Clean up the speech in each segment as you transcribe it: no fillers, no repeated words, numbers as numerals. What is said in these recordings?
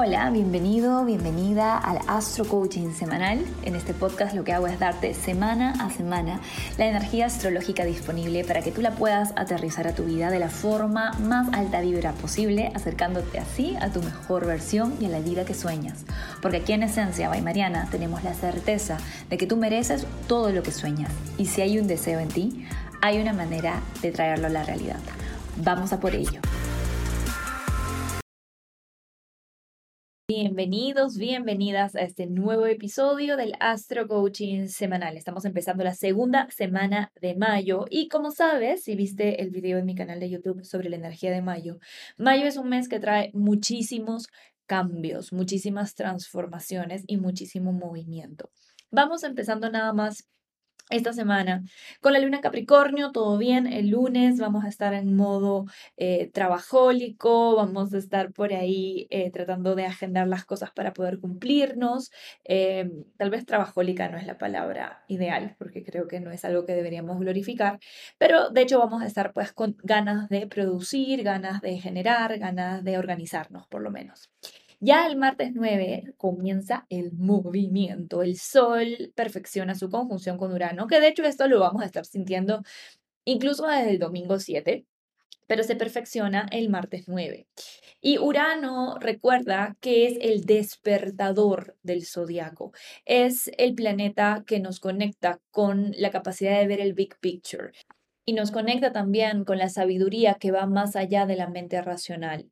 Hola, bienvenido, bienvenida al Astro Coaching semanal. En este podcast lo que hago es darte semana a semana la energía astrológica disponible para que tú la puedas aterrizar a tu vida de la forma más alta vibra posible, acercándote así a tu mejor versión y a la vida que sueñas. Porque aquí en Esencia by Mariana tenemos la certeza de que tú mereces todo lo que sueñas. Y si hay un deseo en ti, hay una manera de traerlo a la realidad. Vamos a por ello. Bienvenidos, bienvenidas a este nuevo episodio del Astro Coaching semanal. Estamos empezando la segunda semana de mayo y como sabes, si viste el video en mi canal de YouTube sobre la energía de mayo, mayo es un mes que trae muchísimos cambios, muchísimas transformaciones y muchísimo movimiento. Vamos empezando nada más esta semana con la luna en Capricornio, todo bien. El lunes vamos a estar en modo trabajólico, vamos a estar por ahí tratando de agendar las cosas para poder cumplirnos. Tal vez trabajólica no es la palabra ideal porque creo que no es algo que deberíamos glorificar, pero de hecho vamos a estar pues con ganas de producir, ganas de generar, ganas de organizarnos por lo menos. Ya el martes 9 comienza el movimiento. El Sol perfecciona su conjunción con Urano, que de hecho esto lo vamos a estar sintiendo incluso desde el domingo 7, pero se perfecciona el martes 9. Y Urano, recuerda que es el despertador del zodiaco. Es el planeta que nos conecta con la capacidad de ver el big picture y nos conecta también con la sabiduría que va más allá de la mente racional.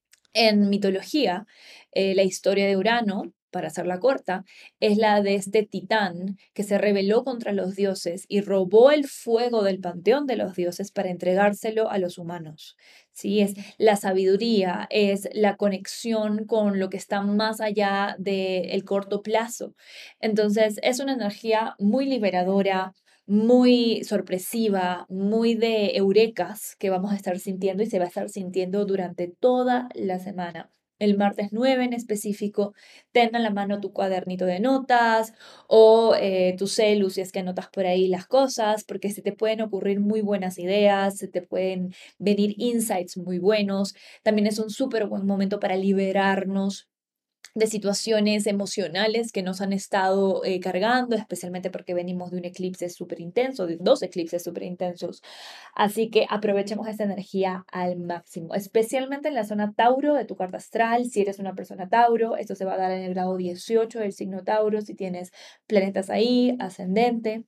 En mitología, la historia de Urano, para hacerla corta, es la de este titán que se rebeló contra los dioses y robó el fuego del panteón de los dioses para entregárselo a los humanos. Sí, es la sabiduría, es la conexión con lo que está más allá del corto plazo. Entonces, es una energía muy liberadora, muy sorpresiva, muy de eurekas que vamos a estar sintiendo y se va a estar sintiendo durante toda la semana. El martes 9 en específico, ten a la mano tu cuadernito de notas o tu celu si es que anotas por ahí las cosas, porque se te pueden ocurrir muy buenas ideas, se te pueden venir insights muy buenos. También es un súper buen momento para liberarnos de situaciones emocionales que nos han estado cargando, especialmente porque venimos de un eclipse súper intenso, de dos eclipses súper intensos. Así que aprovechemos esta energía al máximo, especialmente en la zona Tauro de tu carta astral. Si eres una persona Tauro, esto se va a dar en el grado 18 del signo Tauro, si tienes planetas ahí, ascendente.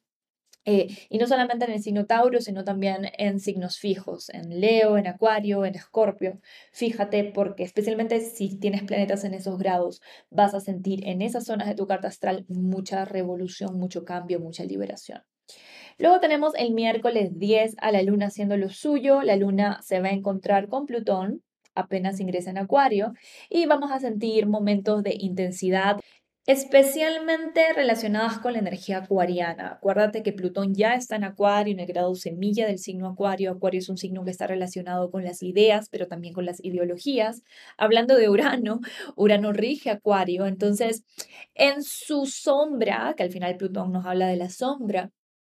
Y no solamente en el signo Tauro, sino también en signos fijos, en Leo, en Acuario, en Escorpio. Fíjate porque especialmente si tienes planetas en esos grados, vas a sentir en esas zonas de tu carta astral mucha revolución, mucho cambio, mucha liberación. Luego tenemos el miércoles 10 a la luna haciendo lo suyo. La luna se va a encontrar con Plutón apenas ingresa en Acuario y vamos a sentir momentos de intensidad especialmente relacionadas con la energía acuariana. Acuérdate que Plutón ya está en Acuario, en el grado semilla del signo Acuario. Acuario es un signo que está relacionado con las ideas, pero también con las ideologías. Hablando de Urano, Urano rige Acuario, entonces en su sombra, que al final Plutón nos habla de la sombra,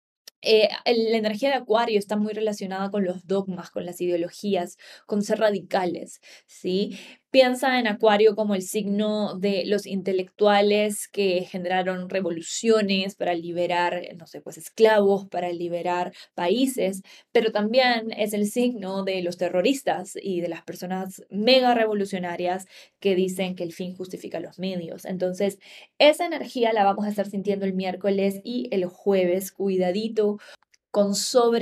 la energía de Acuario está muy relacionada con los dogmas, con las ideologías, con ser radicales, ¿sí? Piensa en Acuario como el signo de los intelectuales que generaron revoluciones para liberar, no sé, pues esclavos, para liberar países, pero también es el signo de los terroristas y de las personas mega revolucionarias que dicen que el fin justifica los medios. Entonces, esa energía la vamos a estar sintiendo el miércoles y el jueves. Cuidadito con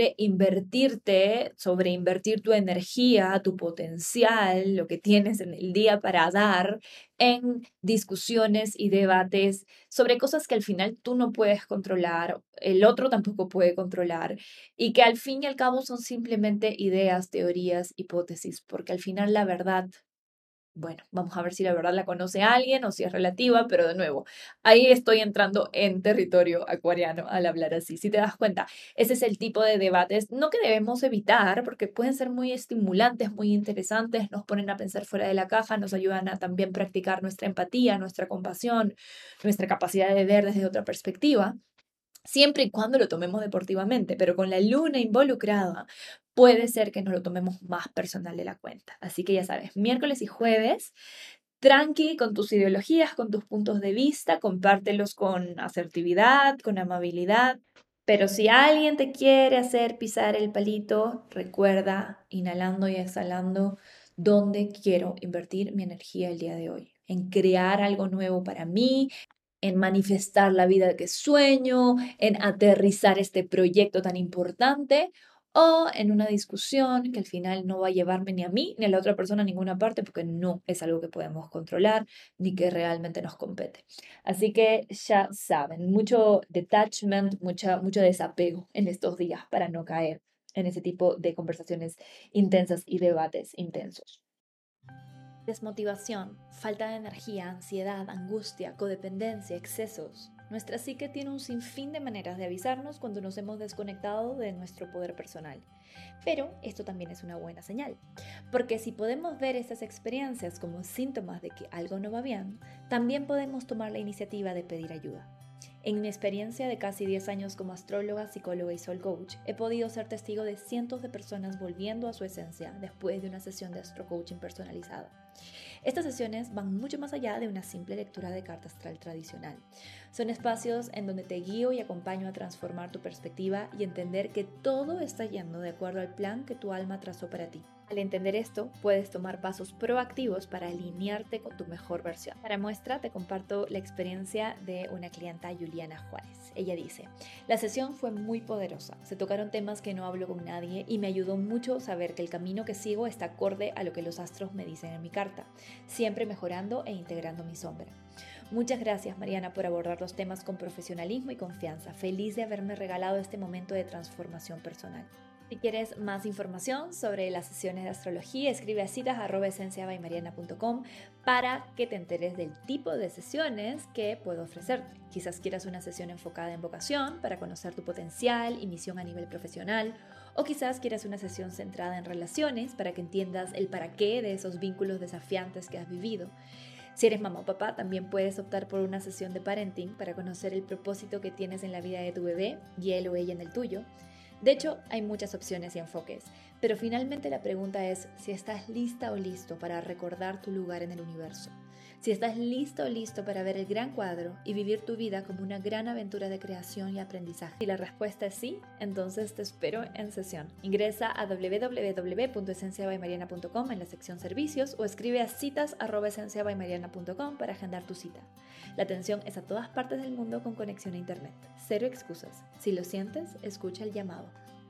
sobreinvertir tu energía, tu potencial, lo que tienes en el día para dar en discusiones y debates sobre cosas que al final tú no puedes controlar, el otro tampoco puede controlar y que al fin y al cabo son simplemente ideas, teorías, hipótesis, porque al final la verdad, bueno, vamos a ver si la verdad la conoce alguien o si es relativa, pero de nuevo, ahí estoy entrando en territorio acuariano al hablar así. Si te das cuenta, ese es el tipo de debates, no que debemos evitar, porque pueden ser muy estimulantes, muy interesantes, nos ponen a pensar fuera de la caja, nos ayudan a también practicar nuestra empatía, nuestra compasión, nuestra capacidad de ver desde otra perspectiva siempre y cuando lo tomemos deportivamente, pero con la luna involucrada puede ser que nos lo tomemos más personal de la cuenta. Así que ya sabes, miércoles y jueves tranqui con tus ideologías, con tus puntos de vista, compártelos con asertividad, con amabilidad. Pero si alguien te quiere hacer pisar el palito, recuerda, inhalando y exhalando, dónde quiero invertir mi energía el día de hoy. En crear algo nuevo para mí, en manifestar la vida que sueño, en aterrizar este proyecto tan importante o en una discusión que al final no va a llevarme ni a mí ni a la otra persona a ninguna parte porque no es algo que podemos controlar ni que realmente nos compete. Así que ya saben, mucho detachment, mucho desapego en estos días para no caer en ese tipo de conversaciones intensas y debates intensos. Desmotivación, falta de energía, ansiedad, angustia, codependencia, excesos. Nuestra psique tiene un sinfín de maneras de avisarnos cuando nos hemos desconectado de nuestro poder personal. Pero esto también es una buena señal, porque si podemos ver estas experiencias como síntomas de que algo no va bien, también podemos tomar la iniciativa de pedir ayuda. En mi experiencia de casi 10 años como astróloga, psicóloga y soul coach, he podido ser testigo de cientos de personas volviendo a su esencia después de una sesión de astro coaching personalizada. Estas sesiones van mucho más allá de una simple lectura de carta astral tradicional. Son espacios en donde te guío y acompaño a transformar tu perspectiva y entender que todo está yendo de acuerdo al plan que tu alma trazó para ti. Al entender esto, puedes tomar pasos proactivos para alinearte con tu mejor versión. Para muestra, te comparto la experiencia de una clienta, Juliana Juárez. Ella dice, la sesión fue muy poderosa. Se tocaron temas que no hablo con nadie y me ayudó mucho saber que el camino que sigo está acorde a lo que los astros me dicen en mi carta, siempre mejorando e integrando mi sombra. Muchas gracias, Mariana, por abordar los temas con profesionalismo y confianza. Feliz de haberme regalado este momento de transformación personal. Si quieres más información sobre las sesiones de astrología, escribe a citas@esenciabaymariana.com para que te enteres del tipo de sesiones que puedo ofrecerte. Quizás quieras una sesión enfocada en vocación para conocer tu potencial y misión a nivel profesional, o quizás quieras una sesión centrada en relaciones para que entiendas el para qué de esos vínculos desafiantes que has vivido. Si eres mamá o papá, también puedes optar por una sesión de parenting para conocer el propósito que tienes en la vida de tu bebé y él o ella en el tuyo. De hecho, hay muchas opciones y enfoques, pero finalmente la pregunta es si estás lista o listo para recordar tu lugar en el universo. Si estás listo o listo para ver el gran cuadro y vivir tu vida como una gran aventura de creación y aprendizaje. Si la respuesta es sí, entonces te espero en sesión. Ingresa a www.esenciabaymariana.com en la sección servicios o escribe a citas@esenciabaymariana.com para agendar tu cita. La atención es a todas partes del mundo con conexión a internet. Cero excusas. Si lo sientes, escucha el llamado.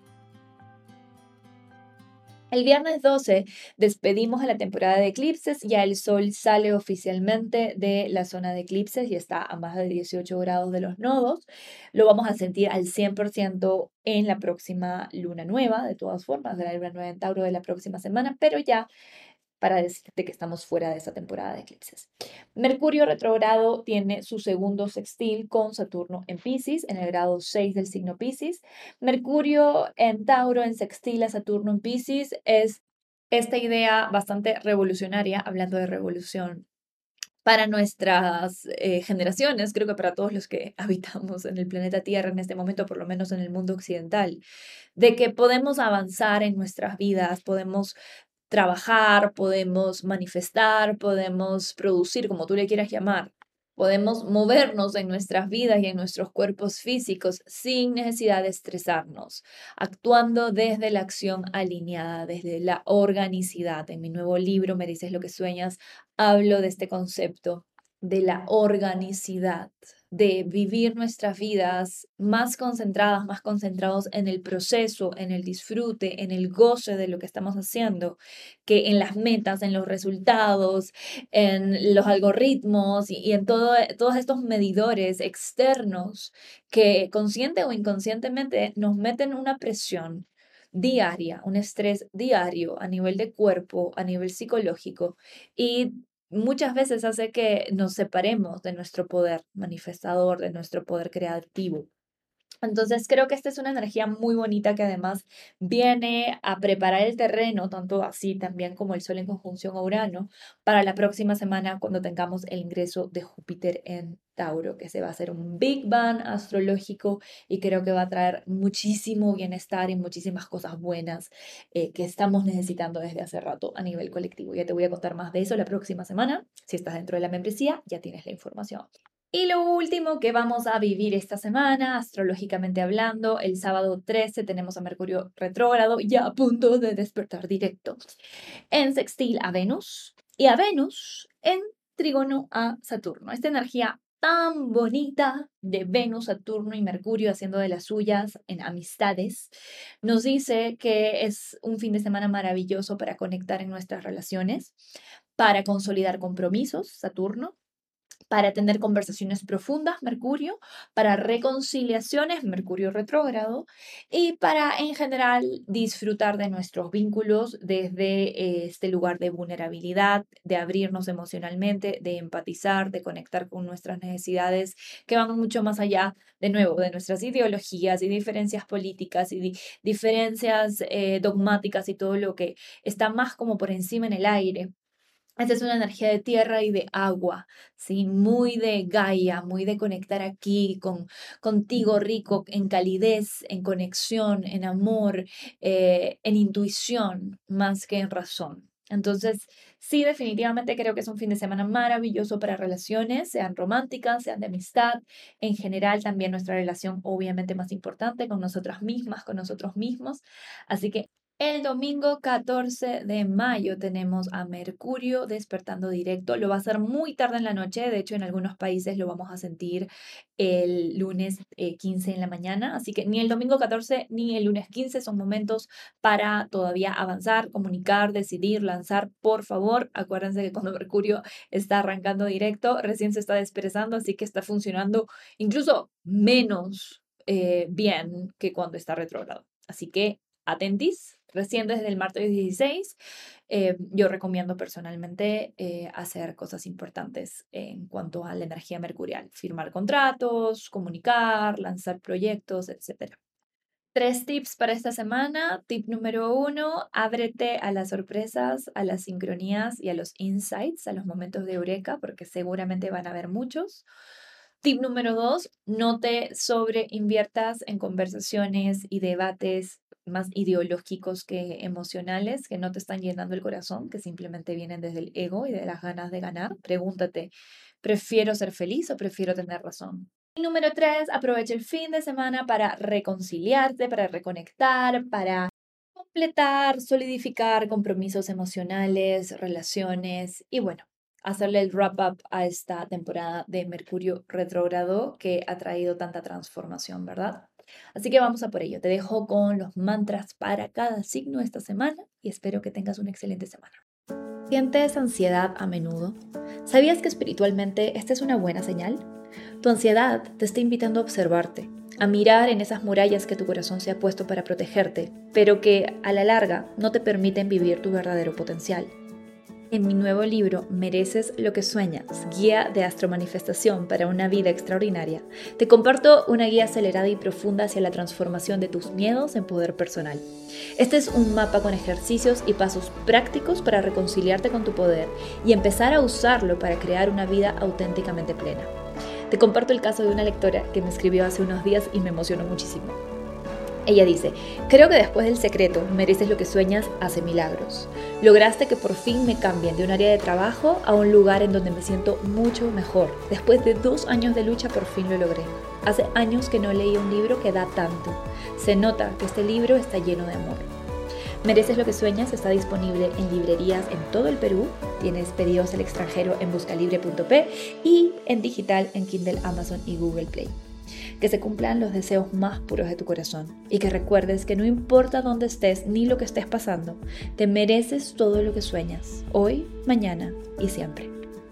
El viernes 12 despedimos a la temporada de eclipses, ya el sol sale oficialmente de la zona de eclipses y está a más de 18 grados de los nodos. Lo vamos a sentir al 100% en la próxima luna nueva, de todas formas, de la luna nueva en Tauro de la próxima semana, pero ya para decirte que estamos fuera de esa temporada de eclipses. Mercurio retrogrado tiene su segundo sextil con Saturno en Piscis, en el grado 6 del signo Piscis. Mercurio en Tauro en sextil a Saturno en Piscis es esta idea bastante revolucionaria, hablando de revolución para nuestras generaciones, creo que para todos los que habitamos en el planeta Tierra en este momento, por lo menos en el mundo occidental, de que podemos avanzar en nuestras vidas, podemos trabajar, podemos manifestar, podemos producir, como tú le quieras llamar. Podemos movernos en nuestras vidas y en nuestros cuerpos físicos sin necesidad de estresarnos, actuando desde la acción alineada, desde la organicidad. En mi nuevo libro, Me dices lo que sueñas, hablo de este concepto de la organicidad, de vivir nuestras vidas más concentradas, más concentrados en el proceso, en el disfrute, en el goce de lo que estamos haciendo, que en las metas, en los resultados, en los algoritmos y en todos estos medidores externos que consciente o inconscientemente nos meten una presión diaria, un estrés diario a nivel de cuerpo, a nivel psicológico y muchas veces hace que nos separemos de nuestro poder manifestador, de nuestro poder creativo. Entonces creo que esta es una energía muy bonita que además viene a preparar el terreno, tanto así también como el Sol en conjunción a Urano, para la próxima semana cuando tengamos el ingreso de Júpiter en Tauro, que se va a hacer un Big Bang astrológico y creo que va a traer muchísimo bienestar y muchísimas cosas buenas que estamos necesitando desde hace rato a nivel colectivo. Ya te voy a contar más de eso la próxima semana. Si estás dentro de la membresía, ya tienes la información. Y lo último que vamos a vivir esta semana, astrológicamente hablando, el sábado 13 tenemos a Mercurio retrógrado ya a punto de despertar directo en sextil a Venus y a Venus en trígono a Saturno. Esta energía tan bonita de Venus, Saturno y Mercurio haciendo de las suyas en amistades, nos dice que es un fin de semana maravilloso para conectar en nuestras relaciones, para consolidar compromisos, Saturno, para tener conversaciones profundas, Mercurio, para reconciliaciones, Mercurio retrógrado, y para en general disfrutar de nuestros vínculos desde este lugar de vulnerabilidad, de abrirnos emocionalmente, de empatizar, de conectar con nuestras necesidades que van mucho más allá, de nuevo, de nuestras ideologías y diferencias políticas y diferencias dogmáticas y todo lo que está más como por encima en el aire. Esta es una energía de tierra y de agua, ¿sí? Muy de Gaia, muy de conectar aquí contigo, rico en calidez, en conexión, en amor, en intuición, más que en razón. Entonces, sí, definitivamente creo que es un fin de semana maravilloso para relaciones, sean románticas, sean de amistad, en general también nuestra relación obviamente más importante con nosotras mismas, con nosotros mismos. Así que el domingo 14 de mayo tenemos a Mercurio despertando directo. Lo va a hacer muy tarde en la noche. De hecho, en algunos países lo vamos a sentir el lunes 15 en la mañana. Así que ni el domingo 14 ni el lunes 15 son momentos para todavía avanzar, comunicar, decidir, lanzar. Por favor, acuérdense que cuando Mercurio está arrancando directo, recién se está desperezando, así que está funcionando incluso menos bien que cuando está retrógrado. Así que atentis, recién desde el martes 16, yo recomiendo personalmente hacer cosas importantes en cuanto a la energía mercurial, firmar contratos, comunicar, lanzar proyectos, etc. 3 tips para esta semana. Tip número 1, ábrete a las sorpresas, a las sincronías y a los insights, a los momentos de eureka, porque seguramente van a haber muchos. Tip número 2, no te sobreinviertas en conversaciones y debates más ideológicos que emocionales, que no te están llenando el corazón, que simplemente vienen desde el ego y de las ganas de ganar. Pregúntate, ¿prefiero ser feliz o prefiero tener razón? Y número 3, aprovecha el fin de semana para reconciliarte, para reconectar, para completar, solidificar compromisos emocionales, relaciones y bueno, hacerle el wrap up a esta temporada de Mercurio retrógrado que ha traído tanta transformación, ¿verdad? Así que vamos a por ello. Te dejo con los mantras para cada signo esta semana y espero que tengas una excelente semana. ¿Sientes ansiedad a menudo? ¿Sabías que espiritualmente esta es una buena señal? Tu ansiedad te está invitando a observarte, a mirar en esas murallas que tu corazón se ha puesto para protegerte, pero que a la larga no te permiten vivir tu verdadero potencial. En mi nuevo libro, Mereces lo que sueñas, guía de astromanifestación para una vida extraordinaria, te comparto una guía acelerada y profunda hacia la transformación de tus miedos en poder personal. Este es un mapa con ejercicios y pasos prácticos para reconciliarte con tu poder y empezar a usarlo para crear una vida auténticamente plena. Te comparto el caso de una lectora que me escribió hace unos días y me emocionó muchísimo. Ella dice, creo que después del secreto, mereces lo que sueñas, hace milagros. Lograste que por fin me cambien de un área de trabajo a un lugar en donde me siento mucho mejor. Después de 2 años de lucha, por fin lo logré. Hace años que no leía un libro que da tanto. Se nota que este libro está lleno de amor. Mereces lo que sueñas está disponible en librerías en todo el Perú. Tienes pedidos al extranjero en buscalibre.p y en digital en Kindle, Amazon y Google Play. Que se cumplan los deseos más puros de tu corazón y que recuerdes que no importa dónde estés ni lo que estés pasando, te mereces todo lo que sueñas, hoy, mañana y siempre.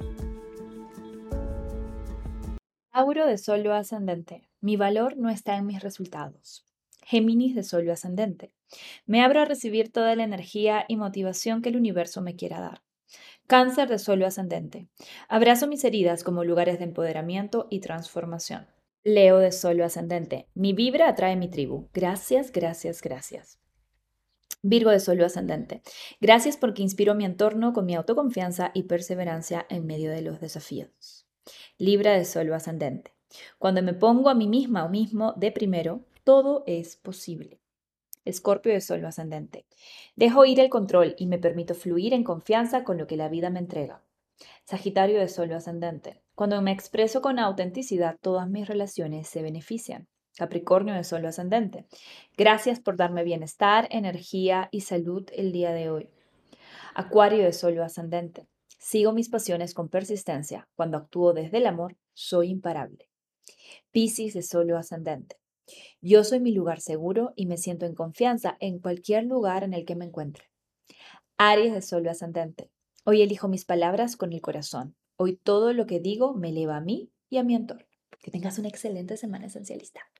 Tauro de Sol o ascendente. Mi valor no está en mis resultados. Géminis de Sol o ascendente. Me abro a recibir toda la energía y motivación que el universo me quiera dar. Cáncer de Sol o ascendente. Abrazo mis heridas como lugares de empoderamiento y transformación. Leo de Sol ascendente. Mi vibra atrae mi tribu. Gracias, gracias, gracias. Virgo de Sol ascendente. Gracias porque inspiro mi entorno con mi autoconfianza y perseverancia en medio de los desafíos. Libra de Sol ascendente. Cuando me pongo a mí misma o mismo de primero, todo es posible. Escorpio de Sol ascendente. Dejo ir el control y me permito fluir en confianza con lo que la vida me entrega. Sagitario de Sol ascendente. Cuando me expreso con autenticidad, todas mis relaciones se benefician. Capricornio de Sol ascendente. Gracias por darme bienestar, energía y salud el día de hoy. Acuario de Sol ascendente. Sigo mis pasiones con persistencia. Cuando actúo desde el amor, soy imparable. Piscis de Sol ascendente. Yo soy mi lugar seguro y me siento en confianza en cualquier lugar en el que me encuentre. Aries de Sol ascendente. Hoy elijo mis palabras con el corazón. Hoy todo lo que digo me eleva a mí y a mi entorno. Que tengas una excelente semana esencialista.